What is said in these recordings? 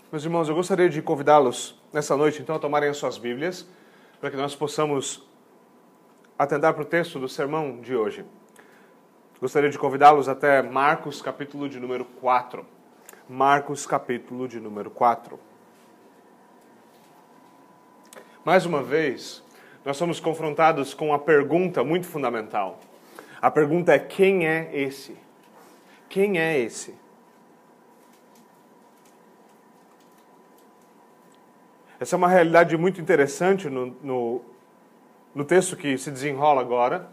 Meus irmãos, eu gostaria de convidá-los nessa noite, então, a tomarem as suas Bíblias, para que nós possamos atentar para o texto do sermão de hoje. Gostaria de convidá-los até Marcos, capítulo de número 4. Marcos, capítulo de número 4. Mais uma vez, nós somos confrontados com uma pergunta muito fundamental. A pergunta é: quem é esse? Quem é esse? Essa é uma realidade muito interessante no texto que se desenrola agora.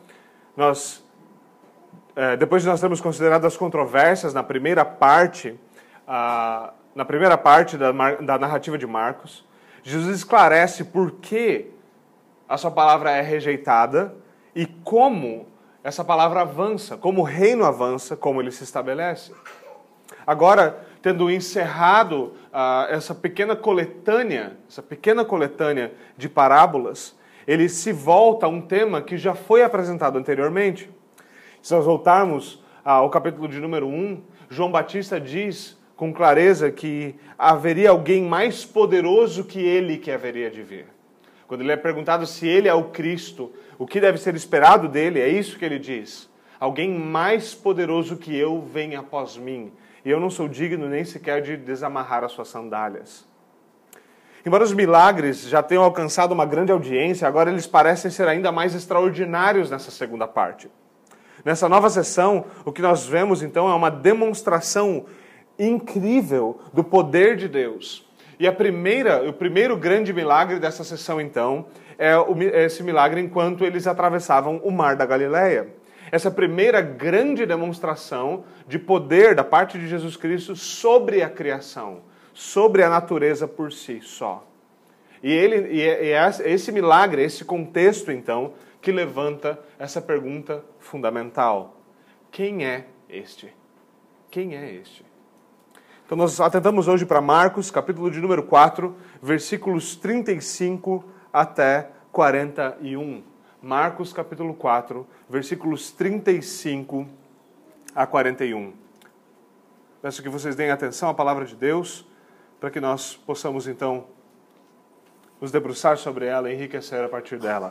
Depois de nós termos considerado as controvérsias na primeira parte da narrativa de Marcos, Jesus esclarece por que a sua palavra é rejeitada e como essa palavra avança, como o reino avança, como ele se estabelece. Agora, tendo encerrado essa pequena coletânea de parábolas, ele se volta a um tema que já foi apresentado anteriormente. Se nós voltarmos ao capítulo de número 1, João Batista diz com clareza que haveria alguém mais poderoso que ele que haveria de vir. Quando ele é perguntado se ele é o Cristo, o que deve ser esperado dele, é isso que ele diz: alguém mais poderoso que eu vem após mim, e eu não sou digno nem sequer de desamarrar as suas sandálias. Embora os milagres já tenham alcançado uma grande audiência, agora eles parecem ser ainda mais extraordinários nessa segunda parte. Nessa nova sessão, o que nós vemos então é uma demonstração incrível do poder de Deus. E o primeiro grande milagre dessa sessão então é esse milagre enquanto eles atravessavam o Mar da Galileia. Essa primeira grande demonstração de poder da parte de Jesus Cristo sobre a criação, sobre a natureza por si só. E é esse milagre, esse contexto, então, que levanta essa pergunta fundamental: quem é este? Quem é este? Então nós atentamos hoje para Marcos, capítulo de número 4, versículos 35 até 41. Marcos, capítulo 4, versículos 35 a 41. Peço que vocês deem atenção à palavra de Deus, para que nós possamos, então, nos debruçar sobre ela e enriquecer a partir dela.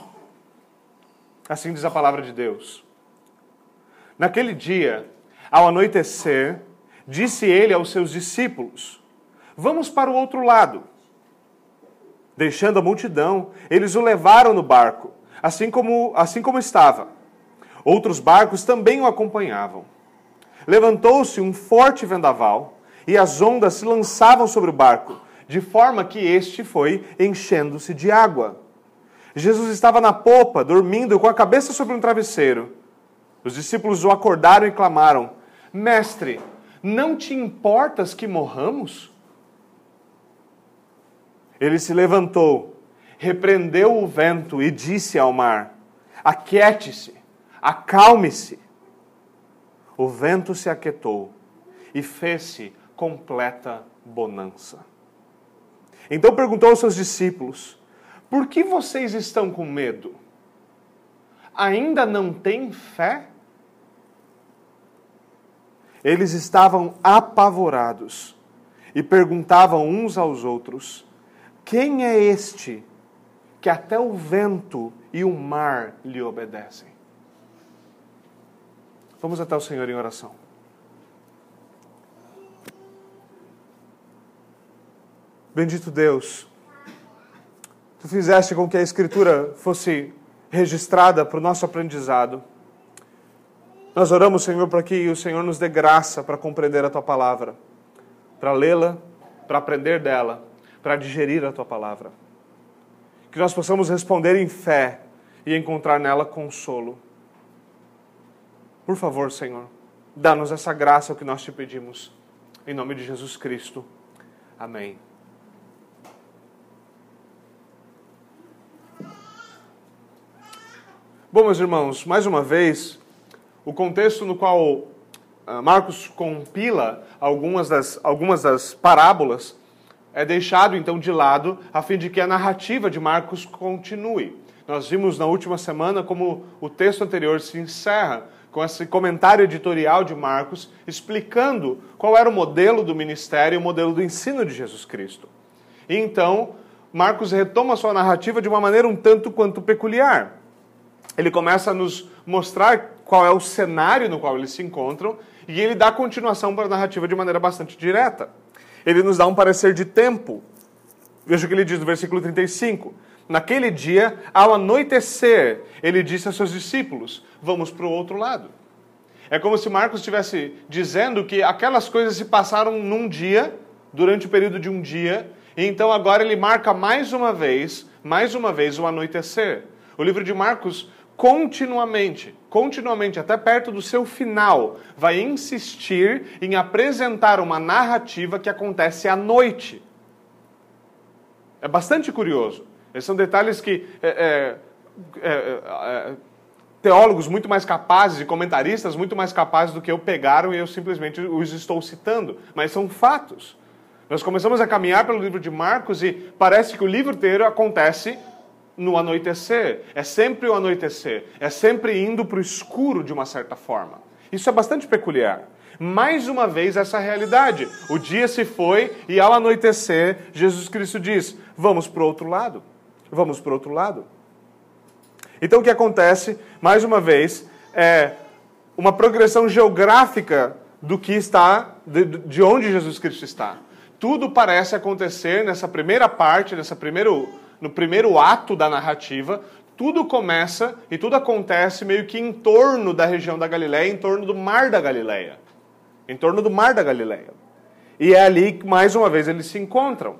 Assim diz a palavra de Deus. Naquele dia, ao anoitecer, disse ele aos seus discípulos: vamos para o outro lado. Deixando a multidão, eles o levaram no barco, assim como estava. Outros barcos também o acompanhavam. Levantou-se um forte vendaval, e as ondas se lançavam sobre o barco, de forma que este foi enchendo-se de água. Jesus estava na popa, dormindo com a cabeça sobre um travesseiro. Os discípulos o acordaram e clamaram: Mestre, não te importas que morramos? Ele se levantou, repreendeu o vento e disse ao mar: aquiete-se, acalme-se. O vento se aquietou e fez-se completa bonança. Então perguntou aos seus discípulos: por que vocês estão com medo? Ainda não têm fé? Eles estavam apavorados e perguntavam uns aos outros: quem é este que até o vento e o mar lhe obedecem? Vamos até o Senhor em oração. Bendito Deus, Tu fizeste com que a Escritura fosse registrada para o nosso aprendizado. Nós oramos, Senhor, para que o Senhor nos dê graça para compreender a Tua palavra, para lê-la, para aprender dela, para digerir a Tua palavra. Que nós possamos responder em fé e encontrar nela consolo. Por favor, Senhor, dá-nos essa graça, o que nós te pedimos. Em nome de Jesus Cristo. Amém. Bom, meus irmãos, mais uma vez, o contexto no qual Marcos compila algumas das parábolas é deixado, então, de lado, a fim de que a narrativa de Marcos continue. Nós vimos na última semana como o texto anterior se encerra com esse comentário editorial de Marcos, explicando qual era o modelo do ministério e o modelo do ensino de Jesus Cristo. E então, Marcos retoma sua narrativa de uma maneira um tanto quanto peculiar. Ele começa a nos mostrar qual é o cenário no qual eles se encontram e ele dá continuação para a narrativa de maneira bastante direta. Ele nos dá um parecer de tempo. Veja o que ele diz no versículo 35. Naquele dia, ao anoitecer, ele disse a seus discípulos, vamos para o outro lado. É como se Marcos estivesse dizendo que aquelas coisas se passaram num dia, durante o período de um dia, e então agora ele marca mais uma vez o anoitecer. O livro de Marcos continuamente, até perto do seu final, vai insistir em apresentar uma narrativa que acontece à noite. É bastante curioso. Esses são detalhes que teólogos muito mais capazes e comentaristas muito mais capazes do que eu pegaram e eu simplesmente os estou citando. Mas são fatos. Nós começamos a caminhar pelo livro de Marcos e parece que o livro inteiro acontece no anoitecer. É sempre o anoitecer. É sempre indo para o escuro de uma certa forma. Isso é bastante peculiar. Mais uma vez essa realidade. O dia se foi e ao anoitecer, Jesus Cristo diz, vamos para o outro lado. Vamos para o outro lado. Então o que acontece, mais uma vez, é uma progressão geográfica do que está, de onde Jesus Cristo está. Tudo parece acontecer nessa primeira parte, no primeiro ato da narrativa, tudo começa e tudo acontece meio que em torno da região da Galileia, em torno do Mar da Galileia. Em torno do Mar da Galileia. E é ali que, mais uma vez, eles se encontram.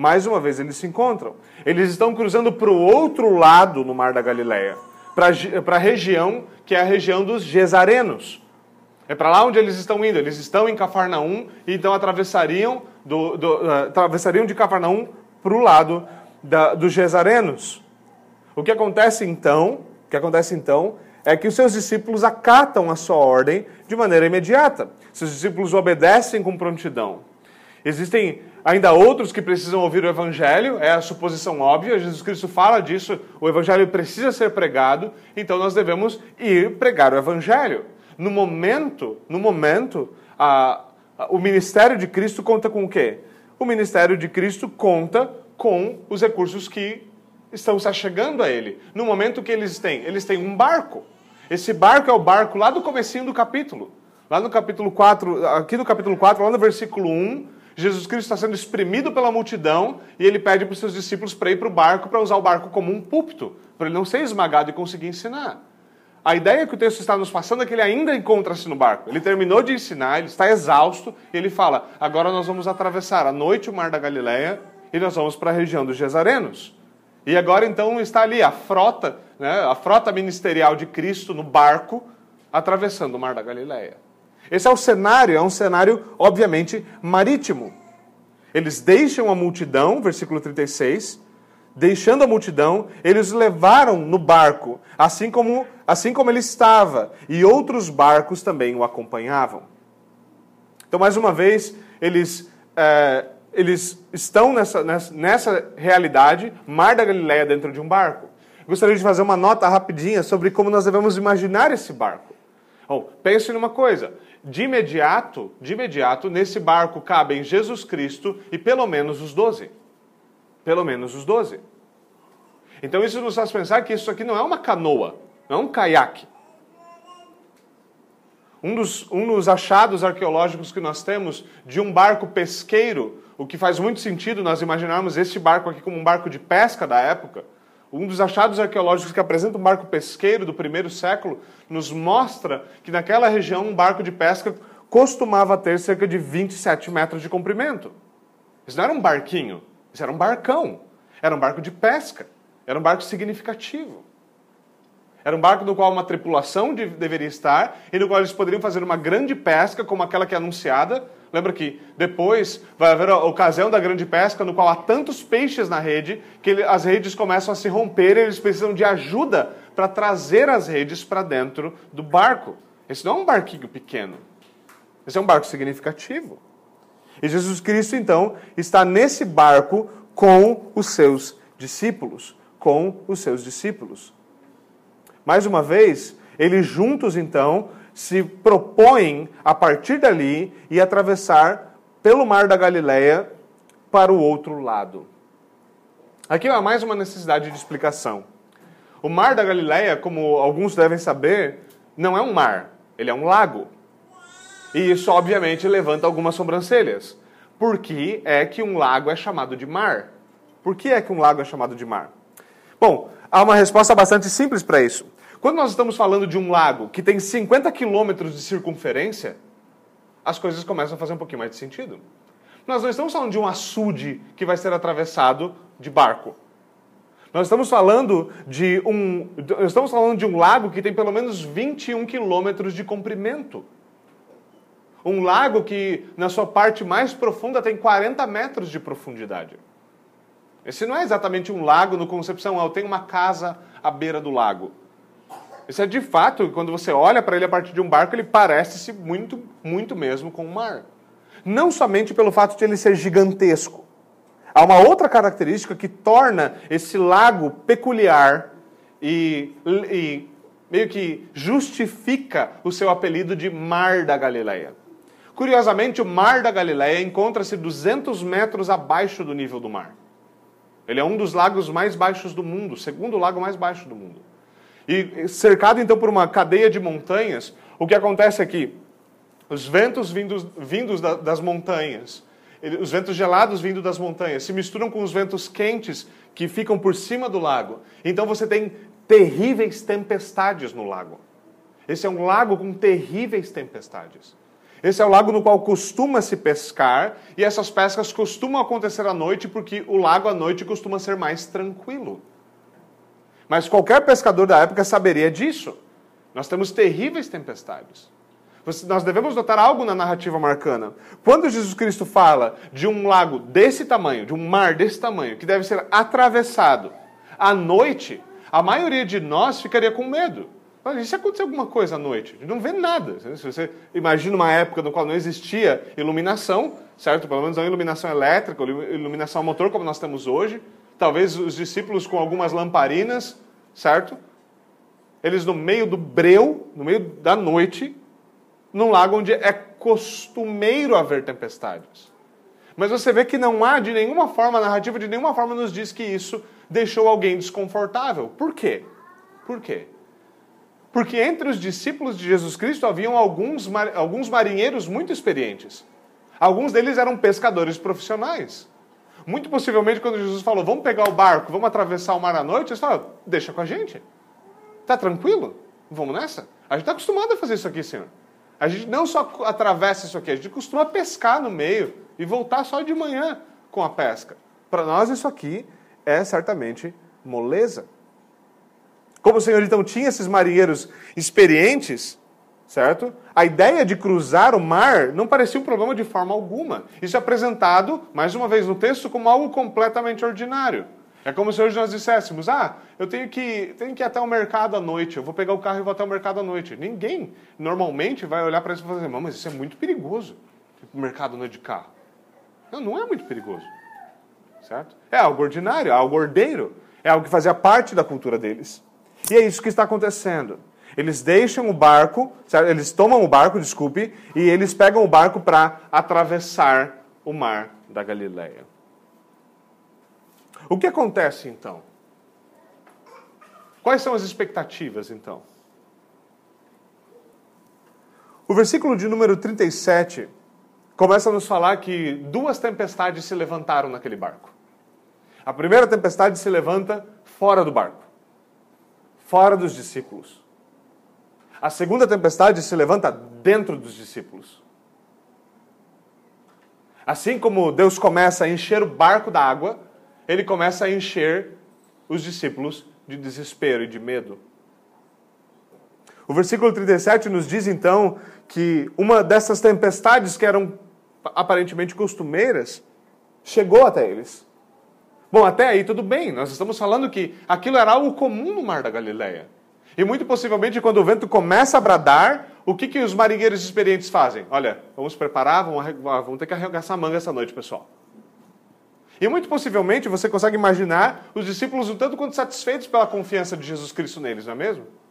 Eles estão cruzando para o outro lado no Mar da Galileia, para a região que é a região dos Gesarenos. É para lá onde eles estão indo. Eles estão em Cafarnaum e então atravessariam de Cafarnaum para o lado dos Gesarenos. O que acontece então é que os seus discípulos acatam a sua ordem de maneira imediata. Seus discípulos obedecem com prontidão. Existem ainda outros que precisam ouvir o Evangelho, é a suposição óbvia, Jesus Cristo fala disso, o Evangelho precisa ser pregado, então nós devemos ir pregar o Evangelho. No momento, o ministério de Cristo conta com o quê? O ministério de Cristo conta com os recursos que estão se achegando a ele. No momento que eles têm um barco. Esse barco é o barco lá do comecinho do capítulo. Lá no capítulo 4, aqui no capítulo 4, lá no versículo 1, Jesus Cristo está sendo exprimido pela multidão e ele pede para os seus discípulos para ir para o barco, para usar o barco como um púlpito, para ele não ser esmagado e conseguir ensinar. A ideia que o texto está nos passando é que ele ainda encontra-se no barco. Ele terminou de ensinar, ele está exausto, e ele fala, agora nós vamos atravessar à noite o Mar da Galileia e nós vamos para a região dos Gesarenos. E agora então está ali a frota, a frota ministerial de Cristo no barco, atravessando o Mar da Galileia. Esse é um cenário obviamente marítimo. Eles deixam a multidão, versículo 36, deixando a multidão, eles levaram no barco, assim como ele estava, e outros barcos também o acompanhavam. Então, mais uma vez, eles estão nessa realidade, Mar da Galileia dentro de um barco. Gostaria de fazer uma nota rapidinha sobre como nós devemos imaginar esse barco. Bom, pense numa coisa. De imediato, nesse barco cabem Jesus Cristo e pelo menos os 12. Pelo menos os 12. Então isso nos faz pensar que isso aqui não é uma canoa, não é um caiaque. Um dos achados arqueológicos que nós temos de um barco pesqueiro, o que faz muito sentido nós imaginarmos este barco aqui como um barco de pesca da época, um dos achados arqueológicos que apresenta um barco pesqueiro do primeiro século nos mostra que naquela região um barco de pesca costumava ter cerca de 27 metros de comprimento. Isso não era um barquinho, isso era um barcão. Era um barco de pesca, era um barco significativo. Era um barco no qual uma tripulação deveria estar e no qual eles poderiam fazer uma grande pesca como aquela que é anunciada. Lembra que depois vai haver a ocasião da grande pesca no qual há tantos peixes na rede que as redes começam a se romper e eles precisam de ajuda para trazer as redes para dentro do barco. Esse não é um barquinho pequeno. Esse é um barco significativo. E Jesus Cristo, então, está nesse barco com os seus discípulos. Mais uma vez, eles juntos, então, se propõem, a partir dali, e atravessar pelo Mar da Galileia para o outro lado. Aqui há mais uma necessidade de explicação. O Mar da Galileia, como alguns devem saber, não é um mar, ele é um lago. E isso, obviamente, levanta algumas sobrancelhas. Por que é que um lago é chamado de mar? Por que é que um lago é chamado de mar? Bom, há uma resposta bastante simples para isso. Quando nós estamos falando de um lago que tem 50 quilômetros de circunferência, as coisas começam a fazer um pouquinho mais de sentido. Nós não estamos falando de um açude que vai ser atravessado de barco. Nós estamos falando de um lago que tem pelo menos 21 quilômetros de comprimento. Um lago que, na sua parte mais profunda, tem 40 metros de profundidade. Esse não é exatamente um lago no concepção, eu tenho uma casa à beira do lago. Esse é, de fato, quando você olha para ele a partir de um barco, ele parece-se muito, muito mesmo com o mar. Não somente pelo fato de ele ser gigantesco. Há uma outra característica que torna esse lago peculiar e meio que justifica o seu apelido de Mar da Galileia. Curiosamente, o Mar da Galileia encontra-se 200 metros abaixo do nível do mar. Ele é um dos lagos mais baixos do mundo, o segundo lago mais baixo do mundo. E cercado então por uma cadeia de montanhas, o que acontece aqui? Os ventos vindos das montanhas, os ventos gelados vindo das montanhas, se misturam com os ventos quentes que ficam por cima do lago. Então você tem terríveis tempestades no lago. Esse é um lago com terríveis tempestades. Esse é o lago no qual costuma se pescar, e essas pescas costumam acontecer à noite, porque o lago à noite costuma ser mais tranquilo. Mas qualquer pescador da época saberia disso. Nós temos terríveis tempestades. Nós devemos notar algo na narrativa marcana. Quando Jesus Cristo fala de um lago desse tamanho, de um mar desse tamanho, que deve ser atravessado à noite, a maioria de nós ficaria com medo. E se acontecer alguma coisa à noite? A gente não vê nada. Se você imagina uma época no qual não existia iluminação, certo? Pelo menos não iluminação elétrica, iluminação a motor como nós temos hoje. Talvez os discípulos com algumas lamparinas, certo? Eles no meio do breu, no meio da noite, num lago onde é costumeiro haver tempestades. Mas você vê que não há de nenhuma forma, a narrativa de nenhuma forma nos diz que isso deixou alguém desconfortável. Por quê? Por quê? Porque entre os discípulos de Jesus Cristo haviam alguns marinheiros muito experientes. Alguns deles eram pescadores profissionais. Muito possivelmente, quando Jesus falou, vamos pegar o barco, vamos atravessar o mar à noite, eles falaram, deixa com a gente. Tá tranquilo? Vamos nessa? A gente está acostumado a fazer isso aqui, Senhor. A gente não só atravessa isso aqui, a gente costuma pescar no meio e voltar só de manhã com a pesca. Para nós isso aqui é certamente moleza. Como o Senhor então tinha esses marinheiros experientes, certo? A ideia de cruzar o mar não parecia um problema de forma alguma. Isso é apresentado, mais uma vez no texto, como algo completamente ordinário. É como se hoje nós disséssemos, eu tenho que ir até o mercado à noite, eu vou pegar o carro e vou até o mercado à noite. Ninguém normalmente vai olhar para isso e falar, mas isso é muito perigoso, o mercado à noite de carro. Não é muito perigoso, certo? É algo ordinário, é algo ordeiro, é algo que fazia parte da cultura deles. E é isso que está acontecendo. Eles deixam o barco, certo? Eles tomam o barco, e eles pegam o barco para atravessar o mar da Galileia. O que acontece, então? Quais são as expectativas, então? O versículo de número 37 começa a nos falar que 2 tempestades se levantaram naquele barco. A primeira tempestade se levanta fora do barco, fora dos discípulos. A segunda tempestade se levanta dentro dos discípulos. Assim como Deus começa a encher o barco da água, ele começa a encher os discípulos de desespero e de medo. O versículo 37 nos diz, então, que uma dessas tempestades que eram aparentemente costumeiras, chegou até eles. Bom, até aí tudo bem, nós estamos falando que aquilo era algo comum no Mar da Galileia. E muito possivelmente, quando o vento começa a bradar, o que os marinheiros experientes fazem? Olha, vamos preparar, vamos ter que arregaçar a manga essa noite, pessoal. E muito possivelmente você consegue imaginar os discípulos um tanto quanto satisfeitos pela confiança de Jesus Cristo neles, não é mesmo?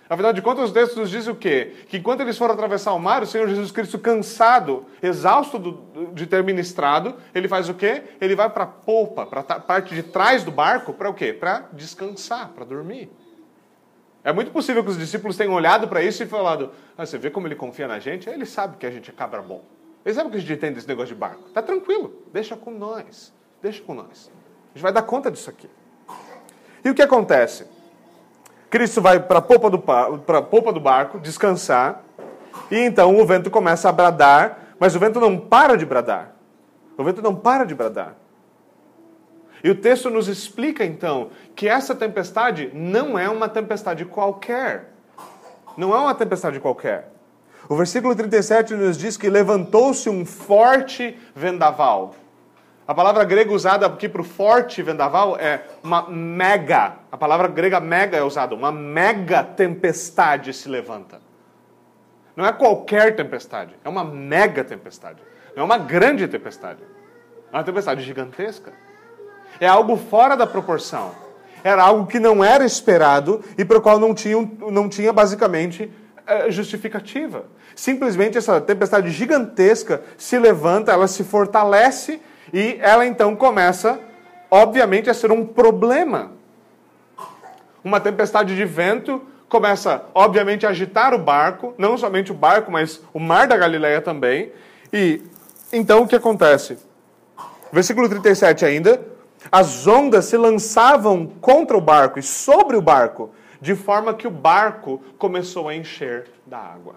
Afinal de contas, o texto nos diz o quê? Que enquanto eles foram atravessar o mar, o Senhor Jesus Cristo, cansado, exausto de ter ministrado, ele faz o quê? Ele vai para a polpa, para a parte de trás do barco, para o quê? Para descansar, para dormir. É muito possível que os discípulos tenham olhado para isso e falado, você vê como ele confia na gente? Ele sabe que a gente é cabra bom. Ele sabe o que a gente tem desse negócio de barco. Está tranquilo, deixa com nós. Deixa com nós. A gente vai dar conta disso aqui. E o que acontece? Cristo vai para a polpa do barco, descansar, e então o vento começa a bradar, mas o vento não para de bradar. O vento não para de bradar. E o texto nos explica, então, que essa tempestade não é uma tempestade qualquer. Não é uma tempestade qualquer. O versículo 37 nos diz que levantou-se um forte vendaval. A palavra grega usada aqui para o forte vendaval é uma mega. A palavra grega mega é usada. Uma mega tempestade se levanta. Não é qualquer tempestade. É uma mega tempestade. Não é uma grande tempestade. É uma tempestade gigantesca. É algo fora da proporção. Era algo que não era esperado e para o qual não tinha basicamente justificativa. Simplesmente essa tempestade gigantesca se levanta, ela se fortalece e ela então começa, obviamente, a ser um problema. Uma tempestade de vento começa, obviamente, a agitar o barco, não somente o barco, mas o mar da Galileia também. E então o que acontece? Versículo 37 ainda, as ondas se lançavam contra o barco e sobre o barco, de forma que o barco começou a encher da água.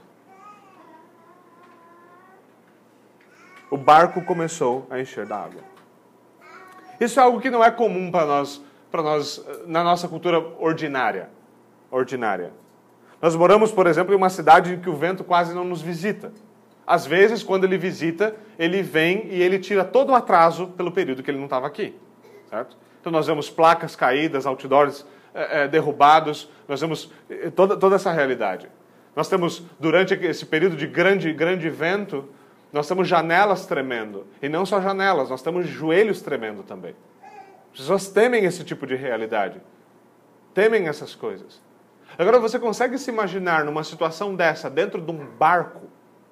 O barco começou a encher da água. Isso é algo que não é comum para nós na nossa cultura ordinária. Nós moramos, por exemplo, em uma cidade em que o vento quase não nos visita. Às vezes, quando ele visita, ele vem e ele tira todo o atraso pelo período que ele não estava aqui. Certo? Então nós vemos placas caídas, outdoors derrubados, nós vemos toda essa realidade. Nós temos, durante esse período de grande vento, nós temos janelas tremendo. E não só janelas, nós temos joelhos tremendo também. As pessoas temem esse tipo de realidade. Temem essas coisas. Agora, você consegue se imaginar numa situação dessa, dentro de um barco?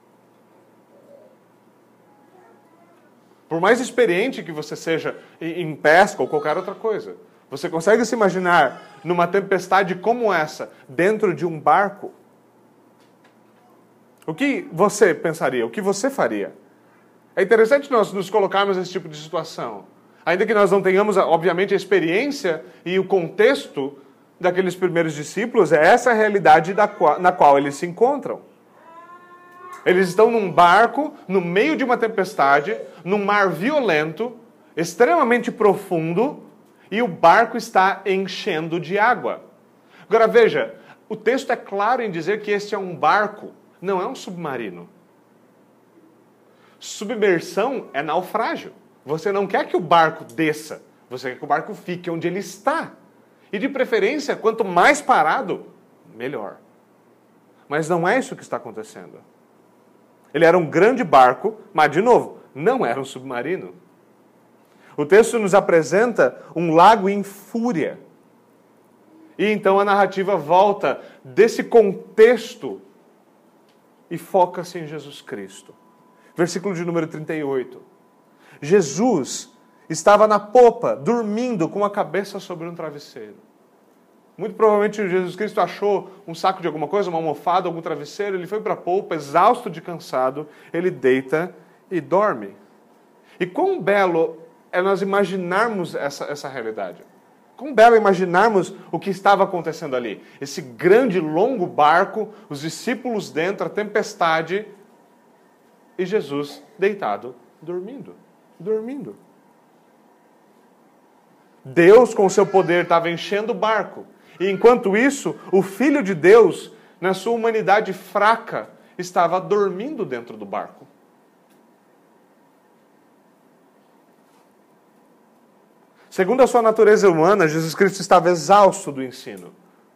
Por mais experiente que você seja em pesca ou qualquer outra coisa, você consegue se imaginar numa tempestade como essa, dentro de um barco? O que você pensaria? O que você faria? É interessante nós nos colocarmos nesse tipo de situação. Ainda que nós não tenhamos, obviamente, a experiência e o contexto daqueles primeiros discípulos, é essa a realidade na qual eles se encontram. Eles estão num barco, no meio de uma tempestade, num mar violento, extremamente profundo, e o barco está enchendo de água. Agora veja, o texto é claro em dizer que este é um barco, não é um submarino. Submersão é naufrágio. Você não quer que o barco desça, você quer que o barco fique onde ele está. E de preferência, quanto mais parado, melhor. Mas não é isso que está acontecendo. Ele era um grande barco, mas, de novo, não era um submarino. O texto nos apresenta um lago em fúria. E então a narrativa volta desse contexto e foca-se em Jesus Cristo. Versículo de número 38. Jesus estava na popa, dormindo com a cabeça sobre um travesseiro. Muito provavelmente Jesus Cristo achou um saco de alguma coisa, uma almofada, algum travesseiro, ele foi para a polpa, exausto de cansado, ele deita e dorme. E quão belo é nós imaginarmos essa realidade. Quão belo imaginarmos o que estava acontecendo ali. Esse grande, longo barco, os discípulos dentro, a tempestade, e Jesus deitado, dormindo. Deus, com o seu poder, estava enchendo o barco. E enquanto isso, o Filho de Deus, na sua humanidade fraca, estava dormindo dentro do barco. Segundo a sua natureza humana, Jesus Cristo estava exausto do ensino.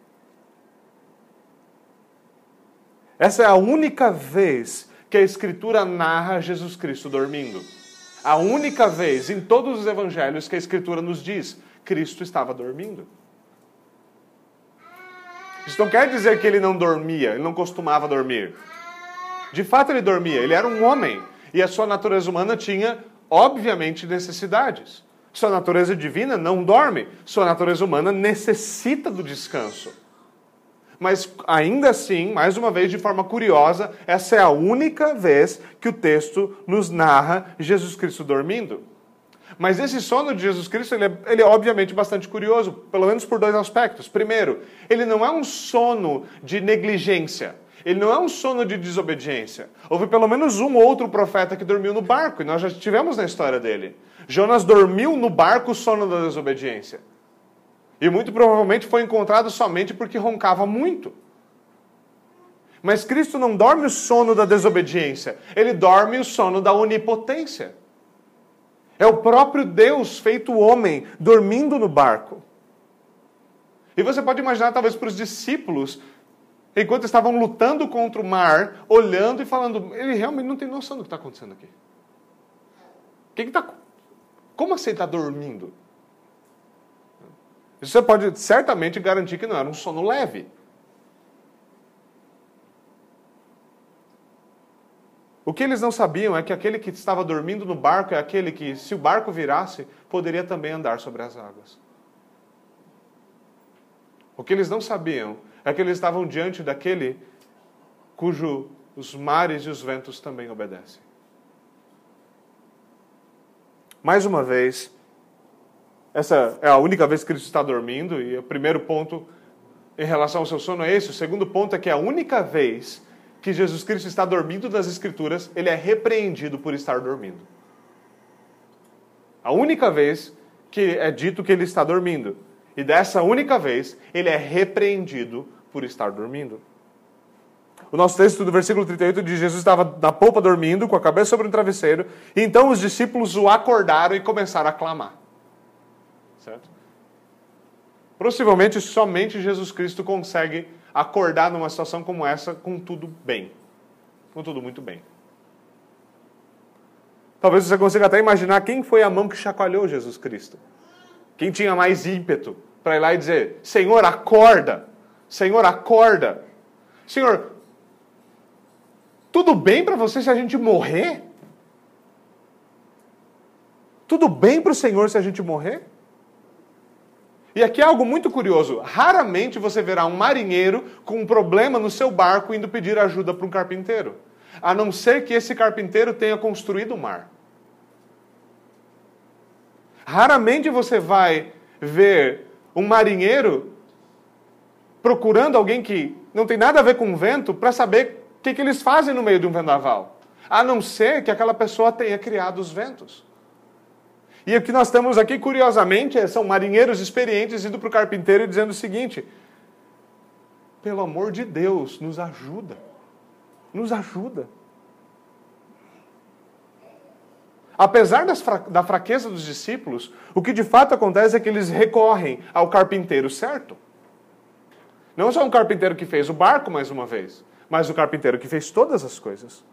Essa é a única vez que a Escritura narra Jesus Cristo dormindo. A única vez em todos os evangelhos que a Escritura nos diz, Cristo estava dormindo. Isso não quer dizer que ele não dormia, ele não costumava dormir. De fato ele dormia, ele era um homem. E a sua natureza humana tinha, obviamente, necessidades. Sua natureza divina não dorme, sua natureza humana necessita do descanso. Mas ainda assim, mais uma vez, de forma curiosa, essa é a única vez que o texto nos narra Jesus Cristo dormindo. Mas esse sono de Jesus Cristo, ele é obviamente bastante curioso, pelo menos por dois aspectos. Primeiro, ele não é um sono de negligência. Ele não é um sono de desobediência. Houve pelo menos um outro profeta que dormiu no barco, e nós já tivemos na história dele. Jonas dormiu no barco o sono da desobediência. E muito provavelmente foi encontrado somente porque roncava muito. Mas Cristo não dorme o sono da desobediência. Ele dorme o sono da onipotência. É o próprio Deus feito homem dormindo no barco. E você pode imaginar, talvez, para os discípulos, enquanto estavam lutando contra o mar, olhando e falando, ele realmente não tem noção do que está acontecendo aqui. Como assim ele está dormindo? Isso você pode certamente garantir que não era um sono leve. O que eles não sabiam é que aquele que estava dormindo no barco é aquele que, se o barco virasse, poderia também andar sobre as águas. O que eles não sabiam é que eles estavam diante daquele cujo os mares e os ventos também obedecem. Mais uma vez, essa é a única vez que Cristo está dormindo, e o primeiro ponto em relação ao seu sono é esse. O segundo ponto é que a única vez que Jesus Cristo está dormindo das Escrituras, ele é repreendido por estar dormindo. A única vez que é dito que ele está dormindo. E dessa única vez, ele é repreendido por estar dormindo. O nosso texto do versículo 38 diz: Jesus estava na polpa dormindo, com a cabeça sobre um travesseiro, e então os discípulos o acordaram e começaram a clamar. Certo? Possivelmente, somente Jesus Cristo consegue acordar numa situação como essa com tudo bem. Com tudo muito bem. Talvez você consiga até imaginar quem foi a mão que chacoalhou Jesus Cristo. Quem tinha mais ímpeto para ir lá e dizer: Senhor, acorda! Senhor, acorda! Senhor, tudo bem para você se a gente morrer? Tudo bem para o Senhor se a gente morrer? E aqui é algo muito curioso. Raramente você verá um marinheiro com um problema no seu barco indo pedir ajuda para um carpinteiro. A não ser que esse carpinteiro tenha construído o mar. Raramente você vai ver um marinheiro procurando alguém que não tem nada a ver com o vento para saber o que eles fazem no meio de um vendaval. A não ser que aquela pessoa tenha criado os ventos. E o que nós temos aqui, curiosamente, são marinheiros experientes indo para o carpinteiro e dizendo o seguinte: pelo amor de Deus, nos ajuda. Nos ajuda. Apesar da fraqueza dos discípulos, o que de fato acontece é que eles recorrem ao carpinteiro certo. Não só um carpinteiro que fez o barco mais uma vez, mas o carpinteiro que fez todas as coisas.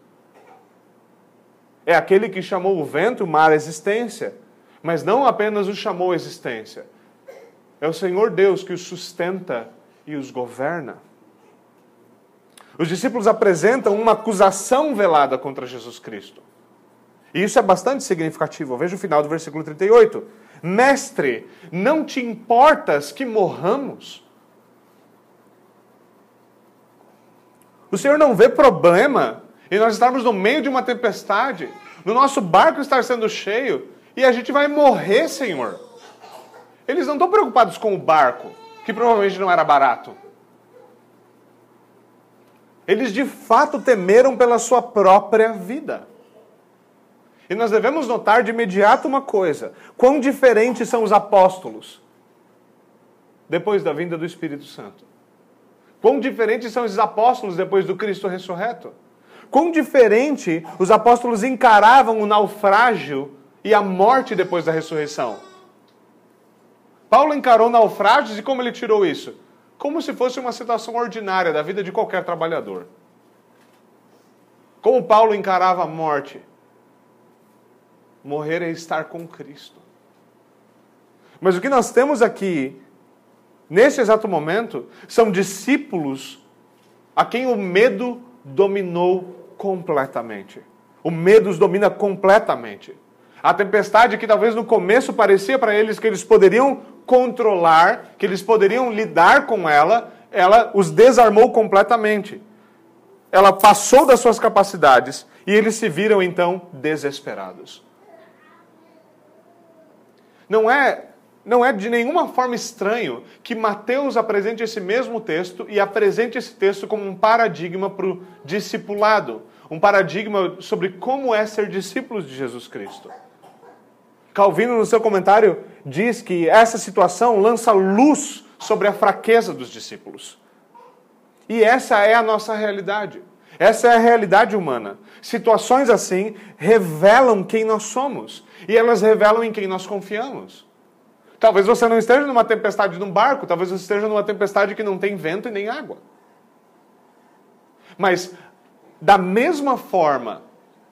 É aquele que chamou o vento, o mar à existência, mas não apenas os chamou à existência. É o Senhor Deus que os sustenta e os governa. Os discípulos apresentam uma acusação velada contra Jesus Cristo. E isso é bastante significativo. Veja o final do versículo 38. Mestre, não te importas que morramos? O Senhor não vê problema em nós estarmos no meio de uma tempestade, no nosso barco estar sendo cheio, e a gente vai morrer, Senhor. Eles não estão preocupados com o barco, que provavelmente não era barato. Eles de fato temeram pela sua própria vida. E nós devemos notar de imediato uma coisa: quão diferentes são os apóstolos depois da vinda do Espírito Santo. Quão diferentes são esses apóstolos depois do Cristo ressurreto. Quão diferente os apóstolos encaravam o naufrágio e a morte depois da ressurreição. Paulo encarou naufrágios e como ele tirou isso? Como se fosse uma situação ordinária da vida de qualquer trabalhador. Como Paulo encarava a morte? Morrer é estar com Cristo. Mas o que nós temos aqui, nesse exato momento, são discípulos a quem o medo dominou completamente. O medo os domina completamente. A tempestade que talvez no começo parecia para eles que eles poderiam controlar, que eles poderiam lidar com ela, ela os desarmou completamente. Ela passou das suas capacidades e eles se viram então desesperados. Não é de nenhuma forma estranho que Mateus apresente esse mesmo texto e apresente esse texto como um paradigma para o discipulado. Um paradigma sobre como é ser discípulos de Jesus Cristo. Calvino, no seu comentário, diz que essa situação lança luz sobre a fraqueza dos discípulos. E essa é a nossa realidade. Essa é a realidade humana. Situações assim revelam quem nós somos. E elas revelam em quem nós confiamos. Talvez você não esteja numa tempestade num barco, talvez você esteja numa tempestade que não tem vento e nem água. Mas, da mesma forma,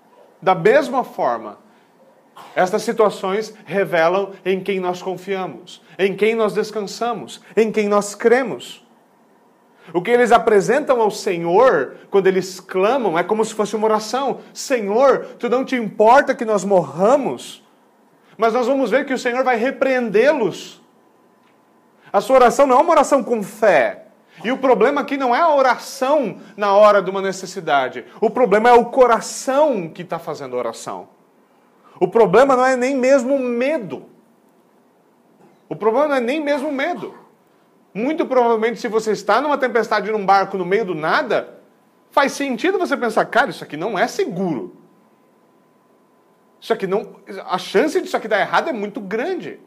estas situações revelam em quem nós confiamos, em quem nós descansamos, em quem nós cremos. O que eles apresentam ao Senhor, quando eles clamam, é como se fosse uma oração. Senhor, Tu não te importa que nós morramos? Mas nós vamos ver que o Senhor vai repreendê-los. A sua oração não é uma oração com fé. E o problema aqui não é a oração na hora de uma necessidade. O problema é o coração que está fazendo a oração. O problema não é nem mesmo medo. O problema não é nem mesmo medo. Muito provavelmente, se você está numa tempestade num barco no meio do nada, faz sentido você pensar, cara, isso aqui não é seguro. Isso aqui não, a chance disso aqui dar errado é muito grande.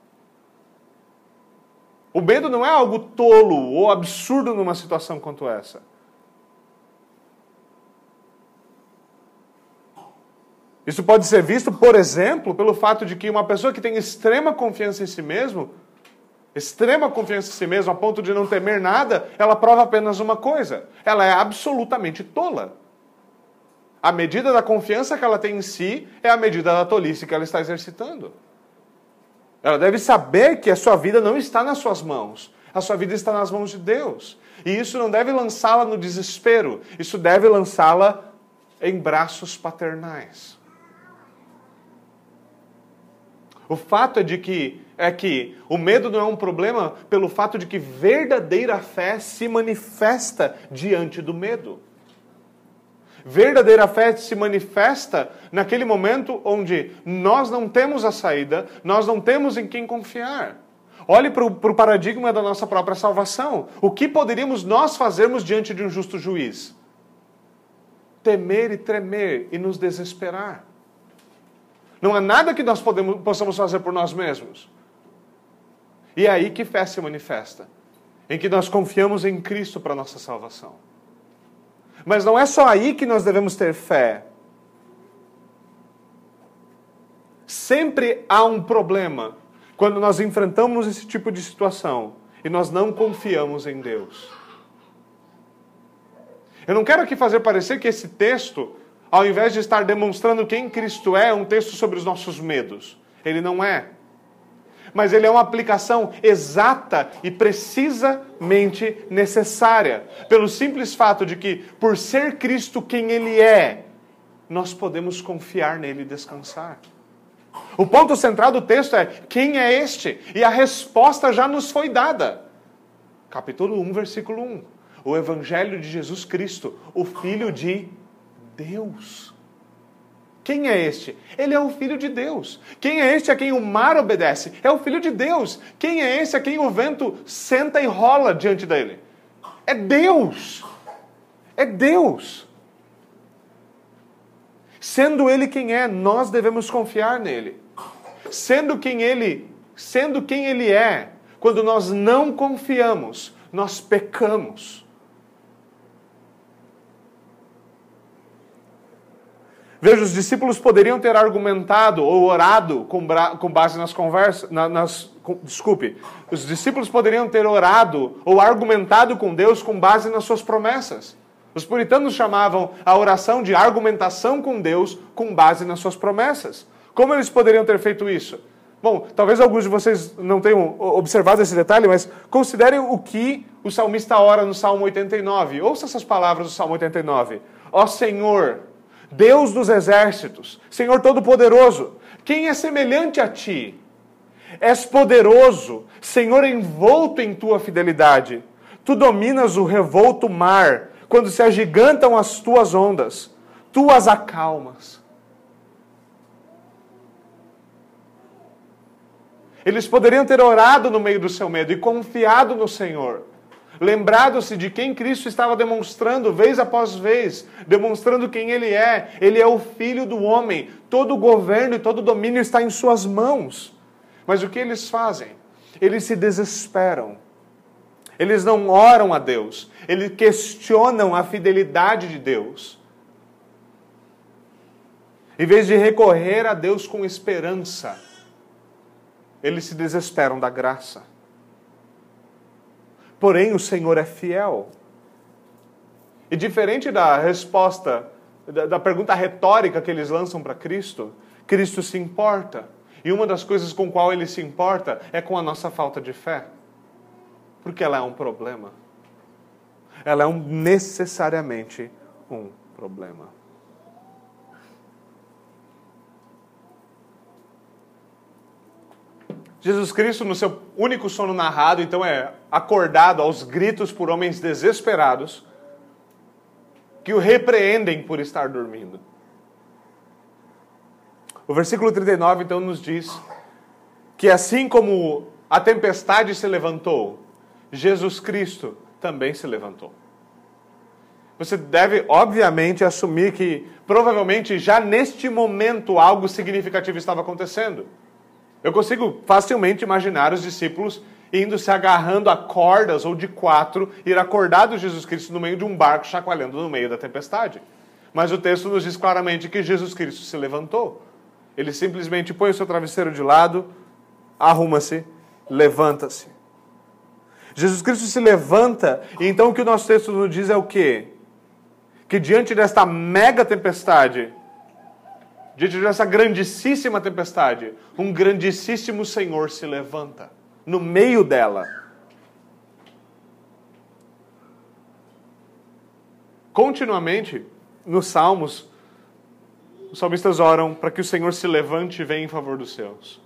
O medo não é algo tolo ou absurdo numa situação quanto essa. Isso pode ser visto, por exemplo, pelo fato de que uma pessoa que tem extrema confiança em si mesmo, a ponto de não temer nada, ela prova apenas uma coisa. Ela é absolutamente tola. A medida da confiança que ela tem em si é a medida da tolice que ela está exercitando. Ela deve saber que a sua vida não está nas suas mãos. A sua vida está nas mãos de Deus. E isso não deve lançá-la no desespero. Isso deve lançá-la em braços paternais. O fato é que o medo não é um problema pelo fato de que verdadeira fé se manifesta diante do medo. Verdadeira fé se manifesta naquele momento onde nós não temos a saída, nós não temos em quem confiar. Olhe para o paradigma da nossa própria salvação. O que poderíamos nós fazermos diante de um justo juiz? Temer e tremer e nos desesperar. Não há nada que nós possamos fazer por nós mesmos. E é aí que fé se manifesta. Em que nós confiamos em Cristo para a nossa salvação. Mas não é só aí que nós devemos ter fé. Sempre há um problema quando nós enfrentamos esse tipo de situação e nós não confiamos em Deus. Eu não quero aqui fazer parecer que esse texto, ao invés de estar demonstrando quem Cristo é um texto sobre os nossos medos. Ele não é. Mas ele é uma aplicação exata e precisamente necessária. Pelo simples fato de que, por ser Cristo quem Ele é, nós podemos confiar nele e descansar. O ponto central do texto é, quem é este? E a resposta já nos foi dada. Capítulo 1, versículo 1. O Evangelho de Jesus Cristo, o Filho de Deus. Quem é este? Ele é o Filho de Deus. Quem é este a quem o mar obedece? É o Filho de Deus. Quem é esse a quem o vento senta e rola diante dele? É Deus. É Deus. Sendo Ele quem é, nós devemos confiar nele. Sendo quem Ele é, quando nós não confiamos, nós pecamos. Veja, os discípulos poderiam ter argumentado ou orado com base nas conversas... Os discípulos poderiam ter orado ou argumentado com Deus com base nas suas promessas. Os puritanos chamavam a oração de argumentação com Deus com base nas suas promessas. Como eles poderiam ter feito isso? Bom, talvez alguns de vocês não tenham observado esse detalhe, mas considerem o que o salmista ora no Salmo 89. Ouça essas palavras do Salmo 89. Ó Senhor, Deus dos exércitos, Senhor Todo-Poderoso, quem é semelhante a ti? És poderoso, Senhor envolto em tua fidelidade. Tu dominas o revolto mar, quando se agigantam as tuas ondas. Tu as acalmas. Eles poderiam ter orado no meio do seu medo e confiado no Senhor. Lembrado-se de quem Cristo estava demonstrando vez após vez, demonstrando quem Ele é. Ele é o Filho do homem. Todo o governo e todo o domínio está em suas mãos. Mas o que eles fazem? Eles se desesperam. Eles não oram a Deus. Eles questionam a fidelidade de Deus. Em vez de recorrer a Deus com esperança, eles se desesperam da graça. Porém, o Senhor é fiel. E diferente da resposta, da pergunta retórica que eles lançam para Cristo, Cristo se importa. E uma das coisas com qual Ele se importa é com a nossa falta de fé. Porque ela é um problema. Ela é necessariamente um problema. Jesus Cristo, no seu único sono narrado, então é acordado aos gritos por homens desesperados que o repreendem por estar dormindo. O versículo 39, então, nos diz que assim como a tempestade se levantou, Jesus Cristo também se levantou. Você deve, obviamente, assumir que, provavelmente, já neste momento, algo significativo estava acontecendo. Eu consigo facilmente imaginar os discípulos indo se agarrando a cordas ou de quatro, ir acordado Jesus Cristo no meio de um barco, chacoalhando no meio da tempestade. Mas o texto nos diz claramente que Jesus Cristo se levantou. Ele simplesmente põe o seu travesseiro de lado, arruma-se, levanta-se. Jesus Cristo se levanta, e então o que o nosso texto nos diz é o quê? Que diante desta mega tempestade, diante dessa grandíssima tempestade, um grandíssimo Senhor se levanta, no meio dela. Continuamente, nos Salmos, os salmistas oram para que o Senhor se levante e venha em favor dos seus.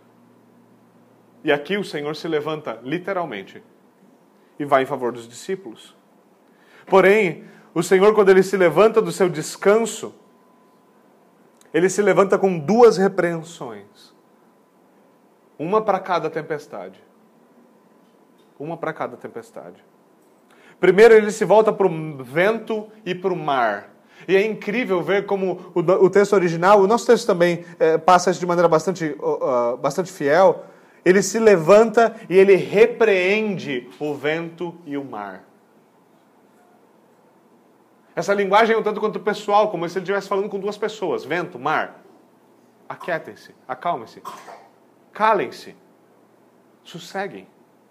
E aqui o Senhor se levanta, literalmente, e vai em favor dos discípulos. Porém, o Senhor, quando Ele se levanta do seu descanso, Ele se levanta com duas repreensões. Uma para cada tempestade. Uma para cada tempestade. Primeiro, Ele se volta para o vento e para o mar. E é incrível ver como o texto original, o nosso texto também passa isso de maneira bastante fiel. Ele se levanta e Ele repreende o vento e o mar. Essa linguagem é um tanto quanto pessoal, como se ele estivesse falando com duas pessoas. Vento, mar, aquietem-se, acalmem-se, calem-se, sosseguem.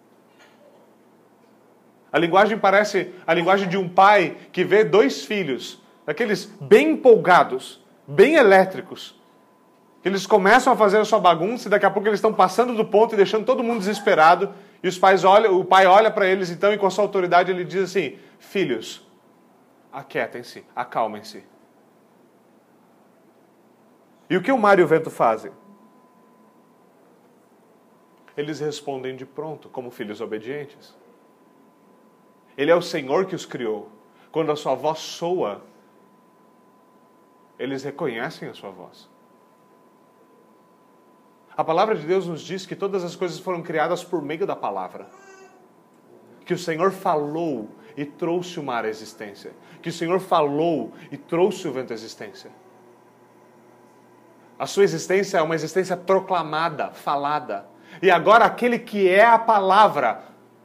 A linguagem parece a linguagem de um pai que vê dois filhos, daqueles bem empolgados, bem elétricos. Eles começam a fazer a sua bagunça e daqui a pouco eles estão passando do ponto e deixando todo mundo desesperado. E o pai olha para eles então e com a sua autoridade ele diz assim: filhos, aquietem-se, acalmem-se. E o que o mar e o vento fazem? Eles respondem de pronto, como filhos obedientes. Ele é o Senhor que os criou. Quando a sua voz soa, eles reconhecem a sua voz. A palavra de Deus nos diz que todas as coisas foram criadas por meio da palavra. Que o Senhor falou e trouxe o mar à existência. Que o Senhor falou e trouxe o vento à existência. A sua existência é uma existência proclamada, falada. E agora aquele que é a palavra,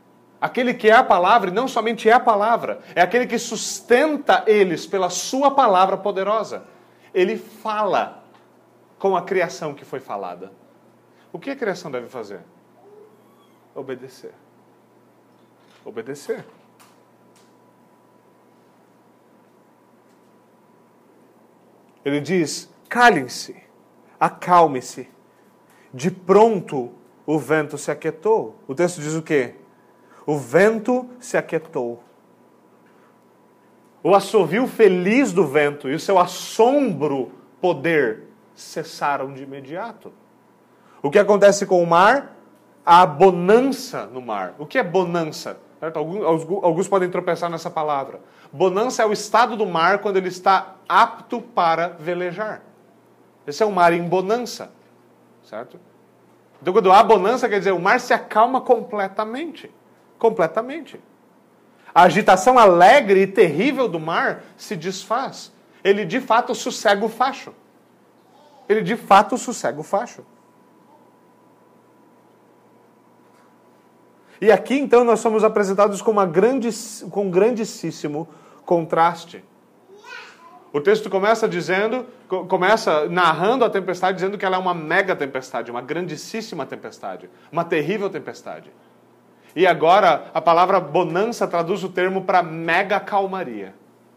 e não somente é a palavra, é aquele que sustenta eles pela sua palavra poderosa. Ele fala com a criação que foi falada. O que a criação deve fazer? Obedecer. Obedecer. Ele diz: calem-se, acalme-se. De pronto, o vento se aquietou. O texto diz o quê? O vento se aquietou. O assovio feliz do vento e o seu assombro poder cessaram de imediato. O que acontece com o mar? Há bonança no mar. O que é bonança? Certo? Alguns podem tropeçar nessa palavra. Bonança é o estado do mar quando ele está apto para velejar. Esse é o mar em bonança. Certo? Então, quando há bonança, quer dizer, o mar se acalma completamente. Completamente. A agitação alegre e terrível do mar se desfaz. Ele, de fato, sossega o facho. Ele, de fato, sossega o facho. E aqui, então, nós somos apresentados com um grandíssimo contraste. O texto começa narrando a tempestade, dizendo que ela é uma mega tempestade, uma grandíssima tempestade, uma terrível tempestade. E agora, a palavra bonança traduz o termo para mega calmaria.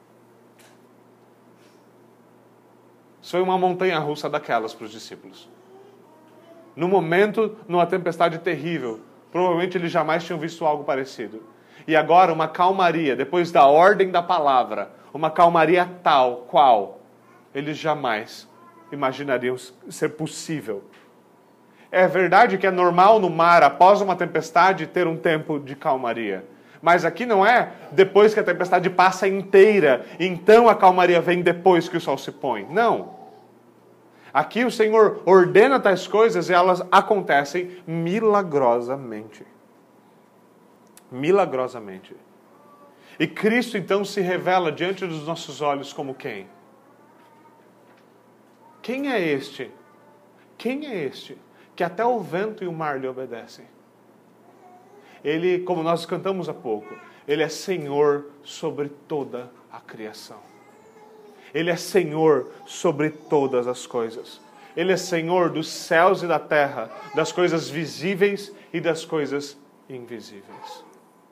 Isso foi uma montanha-russa daquelas para os discípulos. No momento, numa tempestade terrível, provavelmente eles jamais tinham visto algo parecido. E agora, uma calmaria, depois da ordem da palavra, uma calmaria tal qual eles jamais imaginariam ser possível. É verdade que é normal no mar, após uma tempestade, ter um tempo de calmaria. Mas aqui não é depois que a tempestade passa inteira, então a calmaria vem depois que o sol se põe. Não. Aqui o Senhor ordena tais coisas e elas acontecem milagrosamente. Milagrosamente. E Cristo então se revela diante dos nossos olhos como quem? Quem é este? Quem é este? Que até o vento e o mar lhe obedecem. Ele, como nós cantamos há pouco, Ele é Senhor sobre toda a criação. Ele é Senhor sobre todas as coisas. Ele é Senhor dos céus e da terra, das coisas visíveis e das coisas invisíveis.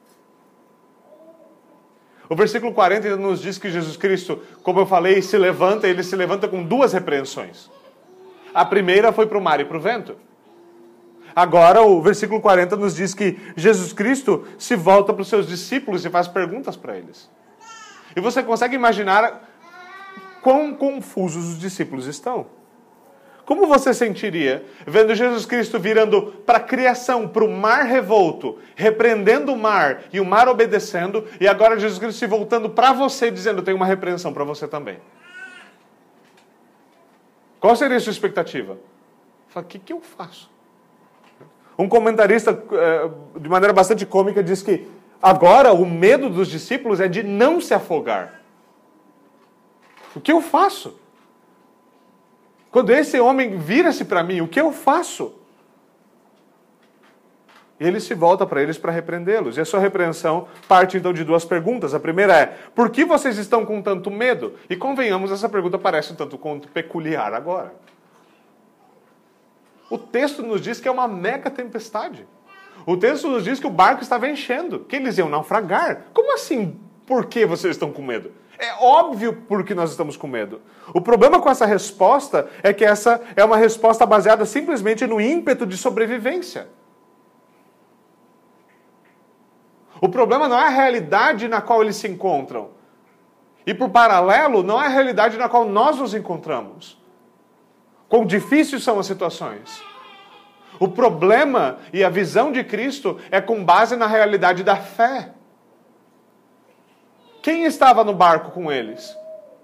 O versículo 40 ainda nos diz que Jesus Cristo, como eu falei, se levanta, ele se levanta com duas repreensões. A primeira foi para o mar e para o vento. Agora, o versículo 40 nos diz que Jesus Cristo se volta para os seus discípulos e faz perguntas para eles. E você consegue imaginar quão confusos os discípulos estão? Como você sentiria vendo Jesus Cristo virando para a criação, para o mar revolto, repreendendo o mar e o mar obedecendo, e agora Jesus Cristo se voltando para você dizendo, tem uma repreensão para você também? Qual seria a sua expectativa? Fala, o que eu faço? Um comentarista, de maneira bastante cômica, diz que agora o medo dos discípulos é de não se afogar. O que eu faço? Quando esse homem vira-se para mim, o que eu faço? E ele se volta para eles para repreendê-los. E a sua repreensão parte então de duas perguntas. A primeira é, por que vocês estão com tanto medo? E convenhamos, essa pergunta parece um tanto quanto peculiar agora. O texto nos diz que é uma mega tempestade. O texto nos diz que o barco estava enchendo, que eles iam naufragar. Como assim, por que vocês estão com medo? É óbvio por que nós estamos com medo. O problema com essa resposta é que essa é uma resposta baseada simplesmente no ímpeto de sobrevivência. O problema não é a realidade na qual eles se encontram. E por paralelo, não é a realidade na qual nós nos encontramos. Quão difíceis são as situações. O problema e a visão de Cristo é com base na realidade da fé. Quem estava no barco com eles?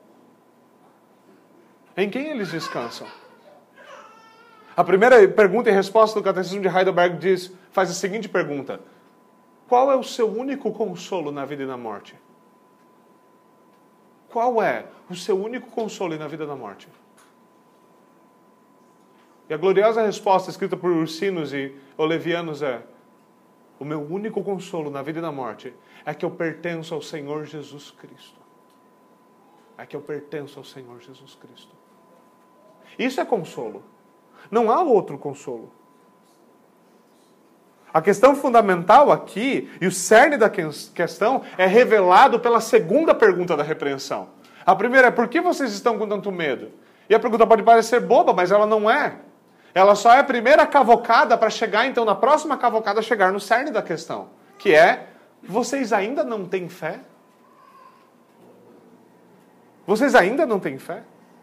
Em quem eles descansam? A primeira pergunta e resposta do Catecismo de Heidelberg faz a seguinte pergunta. Qual é o seu único consolo na vida e na morte? Qual é o seu único consolo na vida e na morte? E a gloriosa resposta escrita por ursinos e olevianos é: o meu único consolo na vida e na morte é que eu pertenço ao Senhor Jesus Cristo. É que eu pertenço ao Senhor Jesus Cristo. Isso é consolo. Não há outro consolo. A questão fundamental aqui, e o cerne da questão, é revelado pela segunda pergunta da repreensão. A primeira é, por que vocês estão com tanto medo? E a pergunta pode parecer boba, mas ela não é. Ela só é a primeira cavocada para chegar, então, na próxima cavocada, chegar no cerne da questão. Que é, vocês ainda não têm fé? Vocês ainda não têm fé?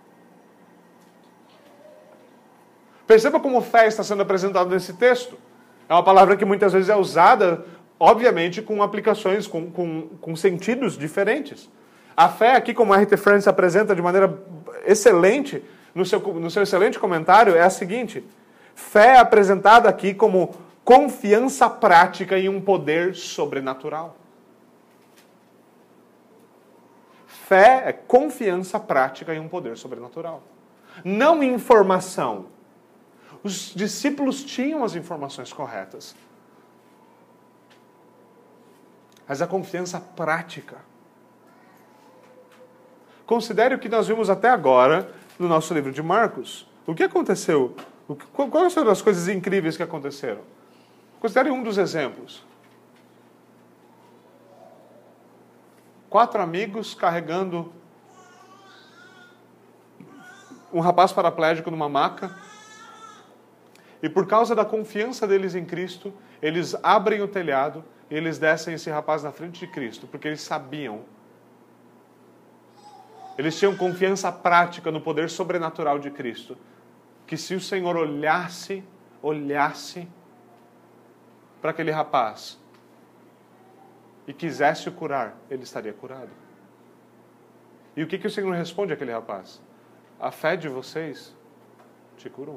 Perceba como fé está sendo apresentada nesse texto. É uma palavra que muitas vezes é usada, obviamente, com aplicações, com sentidos diferentes. A fé aqui, como a R.T. France apresenta de maneira excelente, no seu excelente comentário, é a seguinte: fé é apresentada aqui como confiança prática em um poder sobrenatural. Fé é confiança prática em um poder sobrenatural. Não informação. Os discípulos tinham as informações corretas. Mas a confiança prática. Considere o que nós vimos até agora no nosso livro de Marcos. O que aconteceu? Quais foram as coisas incríveis que aconteceram? Considere um dos exemplos. 4 amigos carregando um rapaz paraplégico numa maca. E por causa da confiança deles em Cristo, eles abrem o telhado e eles descem esse rapaz na frente de Cristo, porque eles sabiam. Eles tinham confiança prática no poder sobrenatural de Cristo. Que se o Senhor olhasse para aquele rapaz e quisesse o curar, ele estaria curado. E o que o Senhor responde àquele rapaz? A fé de vocês te curou.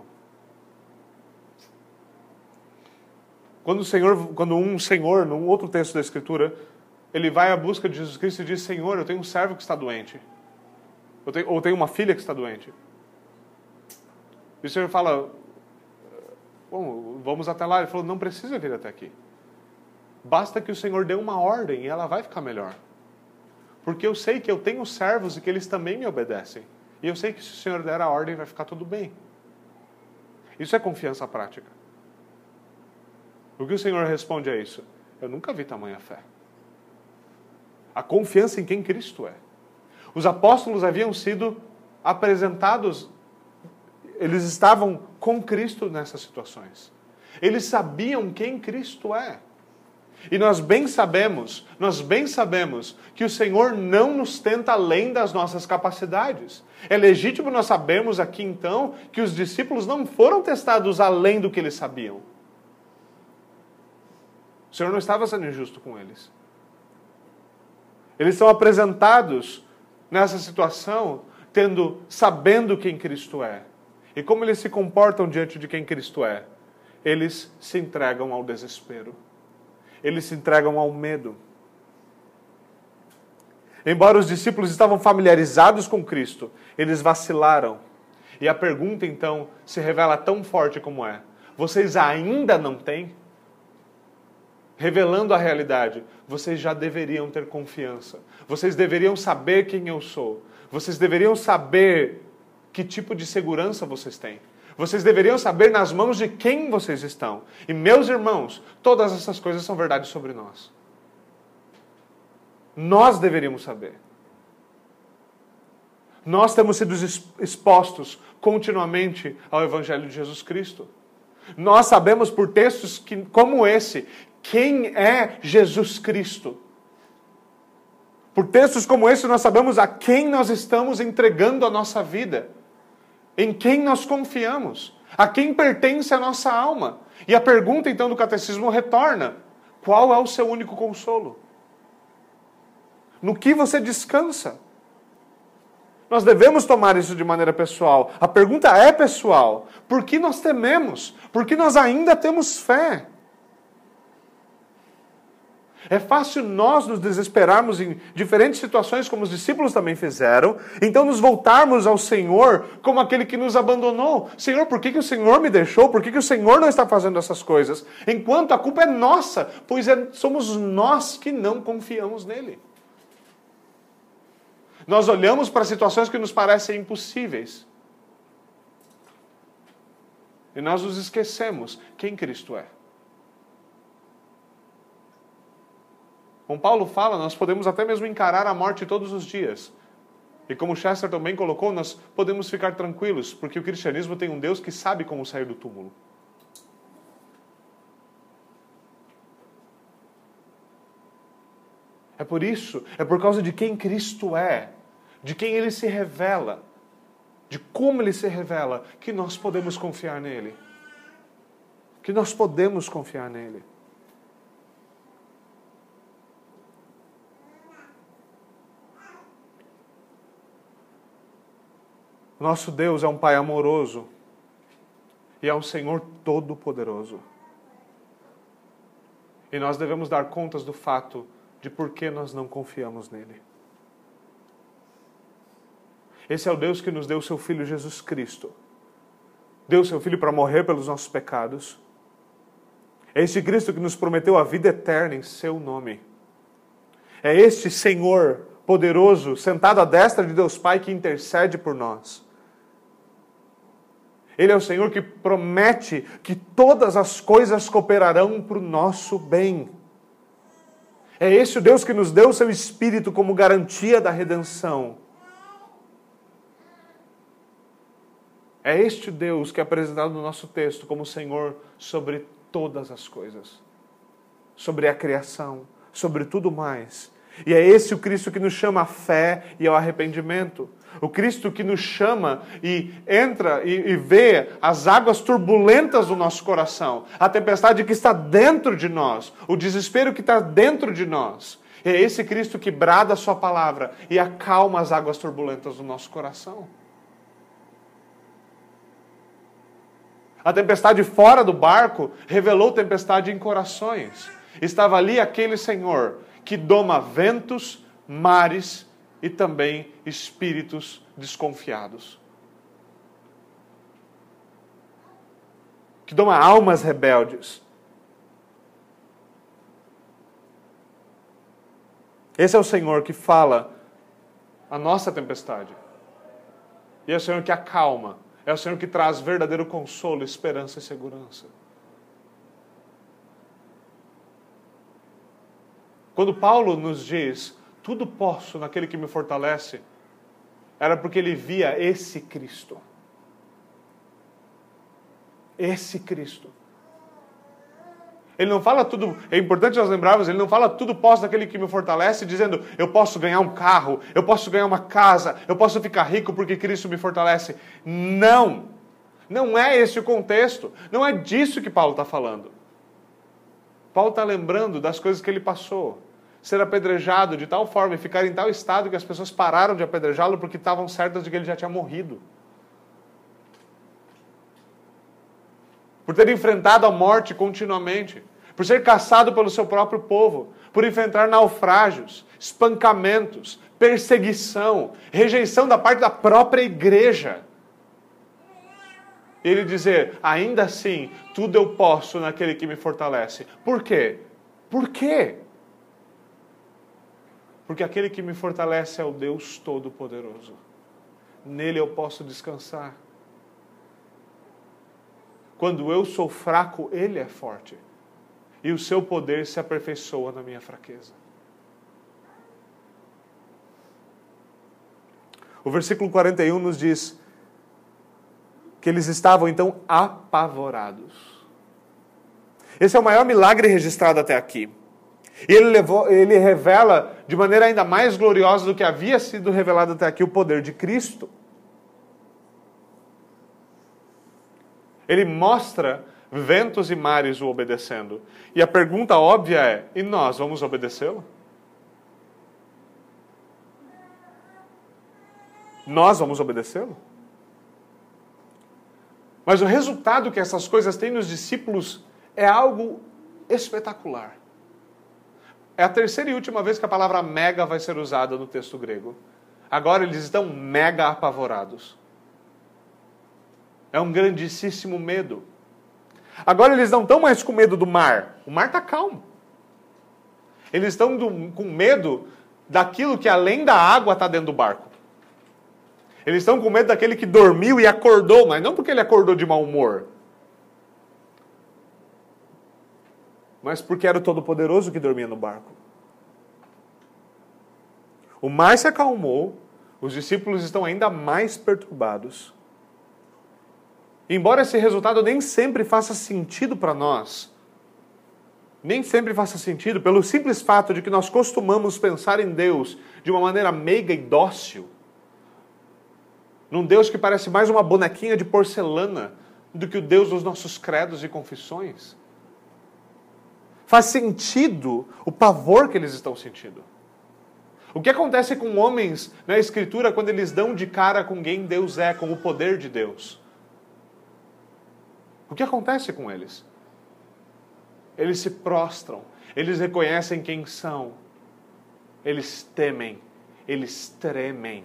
Quando um senhor, num outro texto da Escritura, ele vai à busca de Jesus Cristo e diz: Senhor, eu tenho um servo que está doente. Ou tenho uma filha que está doente. E o Senhor fala: bom, vamos até lá. Ele falou: não precisa vir até aqui. Basta que o Senhor dê uma ordem e ela vai ficar melhor. Porque eu sei que eu tenho servos e que eles também me obedecem. E eu sei que se o Senhor der a ordem vai ficar tudo bem. Isso é confiança prática. O que o Senhor responde a isso? Eu nunca vi tamanha fé. A confiança em quem Cristo é. Os apóstolos haviam sido apresentados, eles estavam com Cristo nessas situações. Eles sabiam quem Cristo é. E nós bem sabemos que o Senhor não nos tenta além das nossas capacidades. É legítimo nós sabermos aqui então que os discípulos não foram testados além do que eles sabiam. O Senhor não estava sendo injusto com eles. Eles são apresentados nessa situação sabendo quem Cristo é. E como eles se comportam diante de quem Cristo é? Eles se entregam ao desespero. Eles se entregam ao medo. Embora os discípulos estavam familiarizados com Cristo, eles vacilaram. E a pergunta então se revela tão forte como é: vocês ainda não têm? Revelando a realidade, vocês já deveriam ter confiança. Vocês deveriam saber quem eu sou. Vocês deveriam saber que tipo de segurança vocês têm. Vocês deveriam saber nas mãos de quem vocês estão. E, meus irmãos, todas essas coisas são verdades sobre nós. Nós deveríamos saber. Nós temos sido expostos continuamente ao Evangelho de Jesus Cristo. Nós sabemos por textos como esse quem é Jesus Cristo. Por textos como esse nós sabemos a quem nós estamos entregando a nossa vida. Em quem nós confiamos. A quem pertence a nossa alma. E a pergunta então do catecismo retorna: qual é o seu único consolo? No que você descansa? Nós devemos tomar isso de maneira pessoal. A pergunta é pessoal. Por que nós tememos? Por que nós ainda temos fé? É fácil nós nos desesperarmos em diferentes situações, como os discípulos também fizeram, então nos voltarmos ao Senhor como aquele que nos abandonou. Senhor, por que o Senhor me deixou? Por que o Senhor não está fazendo essas coisas? Enquanto a culpa é nossa, pois somos nós que não confiamos nele. Nós olhamos para situações que nos parecem impossíveis. E nós nos esquecemos quem Cristo é. Como Paulo fala, nós podemos até mesmo encarar a morte todos os dias. E como Chester também colocou, nós podemos ficar tranquilos, porque o cristianismo tem um Deus que sabe como sair do túmulo. É por isso, é por causa de quem Cristo é, de quem Ele se revela, de como Ele se revela, que nós podemos confiar nele. Que nós podemos confiar nele. Nosso Deus é um Pai amoroso e é um Senhor todo-poderoso. E nós devemos dar contas do fato de por que nós não confiamos nele. Esse é o Deus que nos deu o seu Filho Jesus Cristo. Deu o seu Filho para morrer pelos nossos pecados. É este Cristo que nos prometeu a vida eterna em seu nome. É este Senhor poderoso, sentado à destra de Deus Pai, que intercede por nós. Ele é o Senhor que promete que todas as coisas cooperarão para o nosso bem. É esse o Deus que nos deu o seu Espírito como garantia da redenção. É este Deus que é apresentado no nosso texto como Senhor sobre todas as coisas. Sobre a criação, sobre tudo mais. E é esse o Cristo que nos chama à fé e ao arrependimento. O Cristo que nos chama e entra e vê as águas turbulentas do nosso coração. A tempestade que está dentro de nós. O desespero que está dentro de nós. É esse Cristo que brada a sua palavra e acalma as águas turbulentas do nosso coração. A tempestade fora do barco revelou tempestade em corações. Estava ali aquele Senhor que doma ventos, mares e também espíritos desconfiados. Que doma almas rebeldes. Esse é o Senhor que fala a nossa tempestade. E é o Senhor que acalma. É o Senhor que traz verdadeiro consolo, esperança e segurança. Quando Paulo nos diz, tudo posso naquele que me fortalece, era porque ele via esse Cristo. Esse Cristo. Ele não fala tudo, é importante nós lembrarmos, ele não fala tudo posso daquele que me fortalece, dizendo, eu posso ganhar um carro, eu posso ganhar uma casa, eu posso ficar rico porque Cristo me fortalece. Não! Não é esse o contexto. Não é disso que Paulo está falando. Paulo está lembrando das coisas que ele passou. Ser apedrejado de tal forma e ficar em tal estado que as pessoas pararam de apedrejá-lo porque estavam certas de que ele já tinha morrido. Por ter enfrentado a morte continuamente, por ser caçado pelo seu próprio povo, por enfrentar naufrágios, espancamentos, perseguição, rejeição da parte da própria igreja. Ele dizer, ainda assim, tudo eu posso naquele que me fortalece. Por quê? Por quê? Porque aquele que me fortalece é o Deus Todo-Poderoso. Nele eu posso descansar. Quando eu sou fraco, Ele é forte. E o seu poder se aperfeiçoa na minha fraqueza. O versículo 41 nos diz que eles estavam então apavorados. Esse é o maior milagre registrado até aqui. E ele revela de maneira ainda mais gloriosa do que havia sido revelado até aqui o poder de Cristo. Ele mostra ventos e mares o obedecendo. E a pergunta óbvia é, e nós vamos obedecê-lo? Nós vamos obedecê-lo? Mas o resultado que essas coisas têm nos discípulos é algo espetacular. É a terceira e última vez que a palavra mega vai ser usada no texto grego. Agora eles estão mega apavorados. É um grandíssimo medo. Agora eles não estão mais com medo do mar. O mar está calmo. Eles estão com medo daquilo que além da água está dentro do barco. Eles estão com medo daquele que dormiu e acordou, mas não porque ele acordou de mau humor. Mas porque era o Todo-Poderoso que dormia no barco. O mar se acalmou, os discípulos estão ainda mais perturbados. Embora esse resultado nem sempre faça sentido para nós, nem sempre faça sentido pelo simples fato de que nós costumamos pensar em Deus de uma maneira meiga e dócil, num Deus que parece mais uma bonequinha de porcelana do que o Deus dos nossos credos e confissões. Faz sentido o pavor que eles estão sentindo. O que acontece com homens na Escritura quando eles dão de cara com quem Deus é, com o poder de Deus? O que acontece com eles? Eles se prostram, eles reconhecem quem são, eles temem, eles tremem.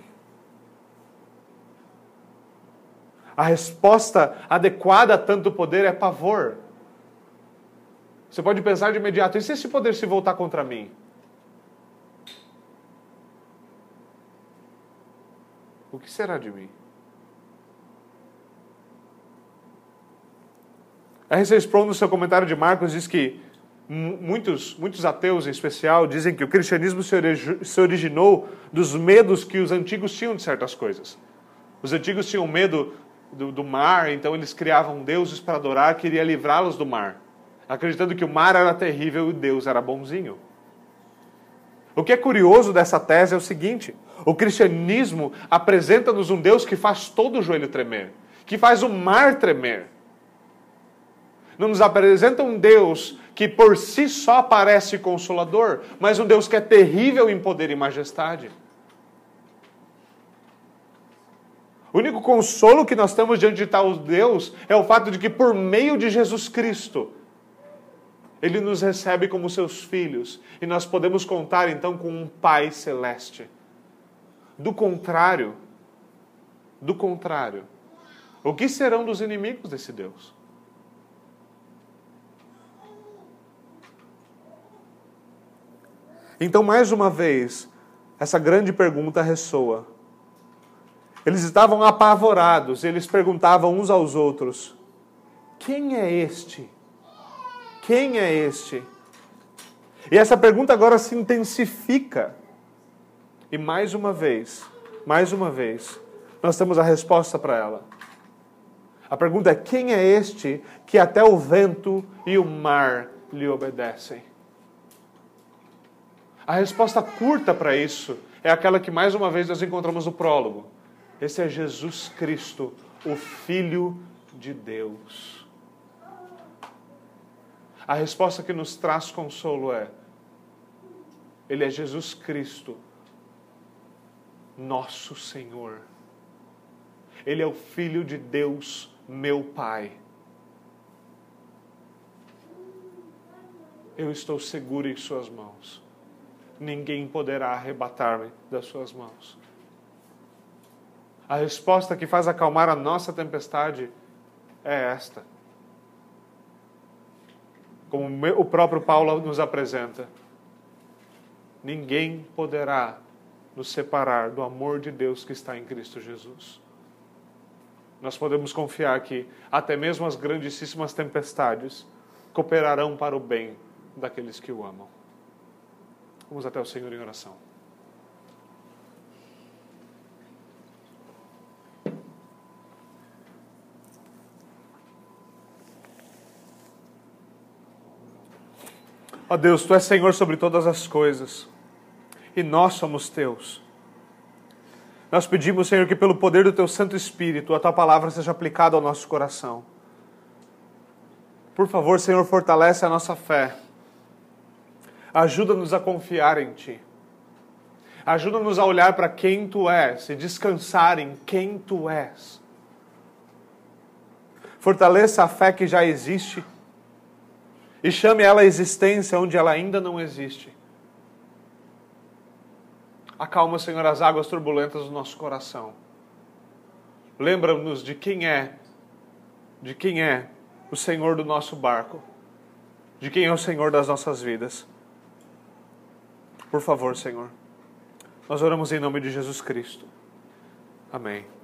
A resposta adequada a tanto poder é pavor. Você pode pensar de imediato, e se esse poder se voltar contra mim? O que será de mim? R.C. Sproul, no seu comentário de Marcos, diz que muitos ateus, em especial, dizem que o cristianismo se originou dos medos que os antigos tinham de certas coisas. Os antigos tinham medo do mar, então eles criavam deuses para adorar, queria livrá-los do mar, acreditando que o mar era terrível e Deus era bonzinho. O que é curioso dessa tese é o seguinte: o cristianismo apresenta-nos um Deus que faz todo o joelho tremer, que faz o mar tremer. Não nos apresenta um Deus que por si só parece consolador, mas um Deus que é terrível em poder e majestade. O único consolo que nós temos diante de tal Deus é o fato de que por meio de Jesus Cristo, Ele nos recebe como seus filhos e nós podemos contar então com um Pai celeste. Do contrário, o que serão dos inimigos desse Deus? Então, mais uma vez, essa grande pergunta ressoa. Eles estavam apavorados, eles perguntavam uns aos outros: quem é este? Quem é este? E essa pergunta agora se intensifica. E mais uma vez, nós temos a resposta para ela. A pergunta é: quem é este que até o vento e o mar lhe obedecem? A resposta curta para isso é aquela que mais uma vez nós encontramos no prólogo. Esse é Jesus Cristo, o Filho de Deus. A resposta que nos traz consolo é: Ele é Jesus Cristo, nosso Senhor. Ele é o Filho de Deus, meu Pai. Eu estou seguro em suas mãos. Ninguém poderá arrebatar-me das suas mãos. A resposta que faz acalmar a nossa tempestade é esta. Como o próprio Paulo nos apresenta: ninguém poderá nos separar do amor de Deus que está em Cristo Jesus. Nós podemos confiar que até mesmo as grandíssimas tempestades cooperarão para o bem daqueles que o amam. Vamos até o Senhor em oração. Ó Deus, Tu és Senhor sobre todas as coisas, e nós somos Teus. Nós pedimos, Senhor, que pelo poder do Teu Santo Espírito, a Tua palavra seja aplicada ao nosso coração. Por favor, Senhor, fortalece a nossa fé. Ajuda-nos a confiar em Ti. Ajuda-nos a olhar para quem Tu és e descansar em quem Tu és. Fortaleça a fé que já existe e chame ela à existência onde ela ainda não existe. Acalma, Senhor, as águas turbulentas do nosso coração. Lembra-nos de quem é o Senhor do nosso barco, de quem é o Senhor das nossas vidas. Por favor, Senhor, nós oramos em nome de Jesus Cristo. Amém.